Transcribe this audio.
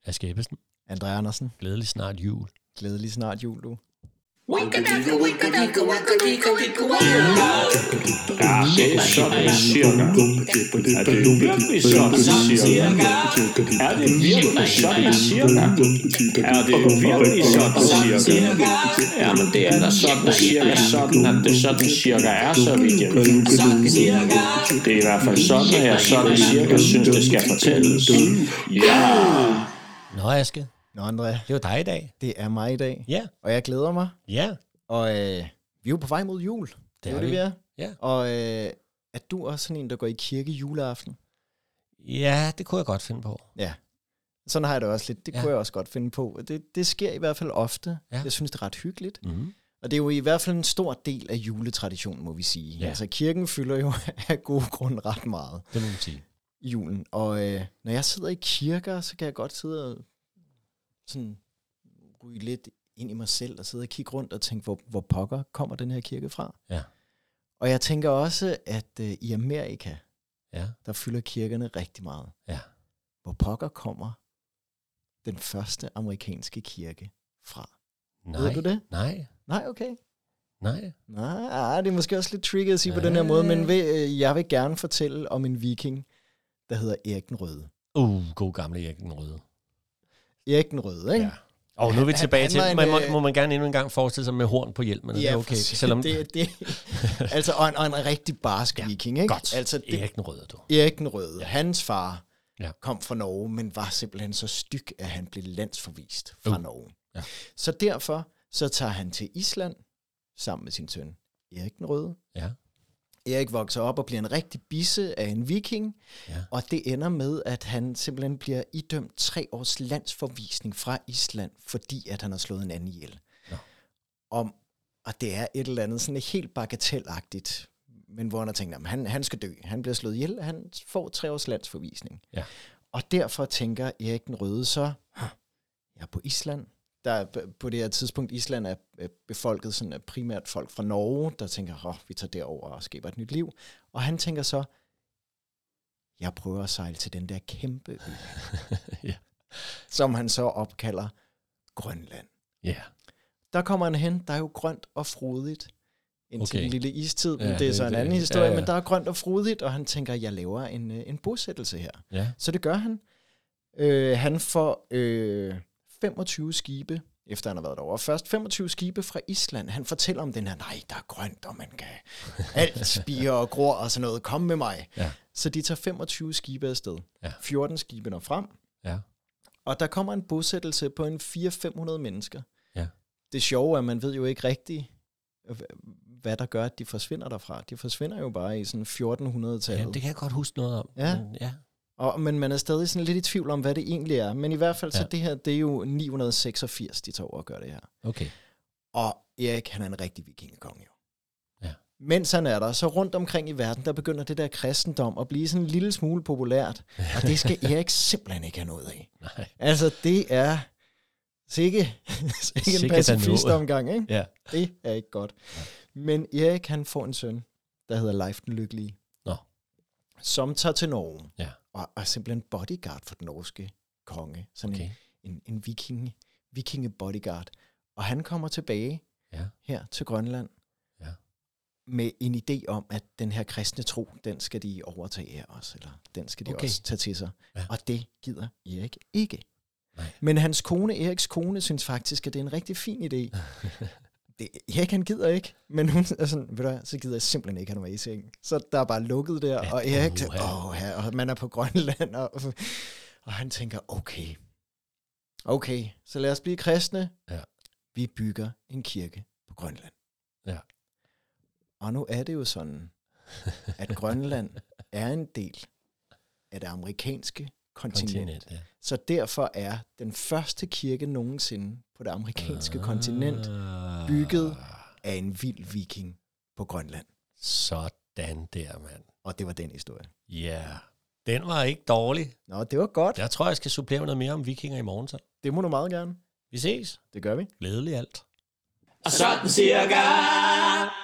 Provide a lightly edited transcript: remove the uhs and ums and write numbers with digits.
Aske Ebbesen. André Andersen. Glædelig snart jul. Glædelig snart jul, du. Ja, det er sådan cirka. Er det virkelig sådan cirka? Er det virkelig sådan cirka? Er det virkelig sådan cirka? Jamen det er da sådan cirka sådan, at det sådan cirka er, så vidt jeg ved. Det er i hvert fald sådan, at jeg sådan cirka synes, det skal fortælles. Ja! Nå, Aske. Nå, André. Det er jo dig i dag. Det er mig i dag. Ja. Og jeg glæder mig. Ja. Og vi er jo på vej mod jul. Det er jo det, vi er. Ja. Og er du også sådan en, der går i kirke juleaften? Ja, det kunne jeg godt finde på. Ja. Sådan har jeg det også lidt. Det kunne jeg også godt finde på. Det sker i hvert fald ofte. Ja. Jeg synes, det er ret hyggeligt. Mm-hmm. Og det er jo i hvert fald en stor del af juletraditionen, må vi sige. Ja. Altså, kirken fylder jo af gode grunde ret meget. Det må man sige. I julen. Og når jeg sidder i kirker, så kan jeg godt sidde og sådan ryge lidt ind i mig selv og sidde og kigge rundt og tænke, hvor pokker kommer den her kirke fra? Ja. Og jeg tænker også, at i Amerika, der fylder kirkerne rigtig meget. Ja. Hvor pokker kommer den første amerikanske kirke fra? Nej. Ved du det? Nej. Nej, okay. Nej. Nej, det er måske også lidt tricky at sige på den her måde, men jeg vil gerne fortælle om en viking, der hedder Erik den Røde. God gamle Erik den Røde. Erik den Røde, ikke? Ja. Og nu er vi tilbage til, må man gerne endnu en gang forestille sig med horn på hjelmen, ja, det er okay. Selvom altså, og en rigtig barsk viking, ikke? Godt, altså, Erik den Røde, du. Erik den Røde, hans far kom fra Norge, men var simpelthen så styg, at han blev landsforvist fra Norge. Ja. Så derfor så tager han til Island sammen med sin søn, Erik den Røde. Ja. Erik vokser op og bliver en rigtig bisse af en viking, og det ender med, at han simpelthen bliver idømt 3 års landsforvisning fra Island, fordi at han har slået en anden ihjel. Ja. Og det er et eller andet sådan helt bagatelagtigt, men hvor han har tænkt, at han skal dø. Han bliver slået ihjel, og han får 3 års landsforvisning. Ja. Og derfor tænker Erik den Røde så, jeg er på Island. Der på det her tidspunkt, Island er befolket sådan primært folk fra Norge, der tænker, vi tager derover og skaber et nyt liv. Og han tænker så, jeg prøver at sejle til den der kæmpe ø, som han så opkalder Grønland. Ja. Der kommer han hen, der er jo grønt og frodigt, indtil en lille istid, men det er så en anden historie, men der er grønt og frodigt, og han tænker, jeg laver en bosættelse her. Ja. Så det gør han. Han får 25 skibe, efter han har været derovre. Først 25 skibe fra Island. Han fortæller om den her, nej, der er grønt, og man kan alt spire og gror og sådan noget. Kom med mig. Ja. Så de tager 25 skibe afsted. Ja. 14 skibe når frem. Ja. Og der kommer en bosættelse på en 400-500 mennesker. Ja. Det sjove er, at man ved jo ikke rigtigt, hvad der gør, at de forsvinder derfra. De forsvinder jo bare i sådan 1400-tallet. Ja, det kan jeg godt huske noget om. Ja. Men man er stadig sådan lidt i tvivl om, hvad det egentlig er. Men i hvert fald, så det her, det er jo 986, de tager over at gøre det her. Okay. Og Erik, han er en rigtig vikingekonge jo. Ja. Mens han er der, så rundt omkring i verden, der begynder det der kristendom at blive sådan en lille smule populært. Og det skal Erik simpelthen ikke have noget af. Nej. Altså, det er sikke en pacifist omgang, ikke? Ja. Det er ikke godt. Ja. Men Erik, han får en søn, der hedder Leif den Lykkelige. Som tager til Norge. Ja. Og er simpelthen bodyguard for den norske konge. Sådan en vikinge-bodyguard. Og han kommer tilbage her til Grønland med en idé om, at den her kristne tro, den skal de overtage her også, eller den skal de også tage til sig. Ja. Og det gider Erik ikke. Nej. Men hans kone, Eriks kone, synes faktisk, at det er en rigtig fin idé. Erik, han gider ikke, men hun er sådan, ved du, så gider jeg simpelthen ikke have noget med i sengen. Så der er bare lukket der, og Erik, og man er på Grønland, og han tænker, okay, så lad os blive kristne. Ja. Vi bygger en kirke på Grønland. Ja. Og nu er det jo sådan, at Grønland er en del af det amerikanske kontinent. Ja. Så derfor er den første kirke nogensinde på det amerikanske kontinent bygget af en vild viking på Grønland. Sådan der, mand. Og det var den historie. Ja, yeah. Den var ikke dårlig. Nå, det var godt. Jeg tror, jeg skal supplere noget mere om vikinger i morgen så. Det må du meget gerne. Vi ses. Det gør vi. Glædelig alt. Og sådan cirka.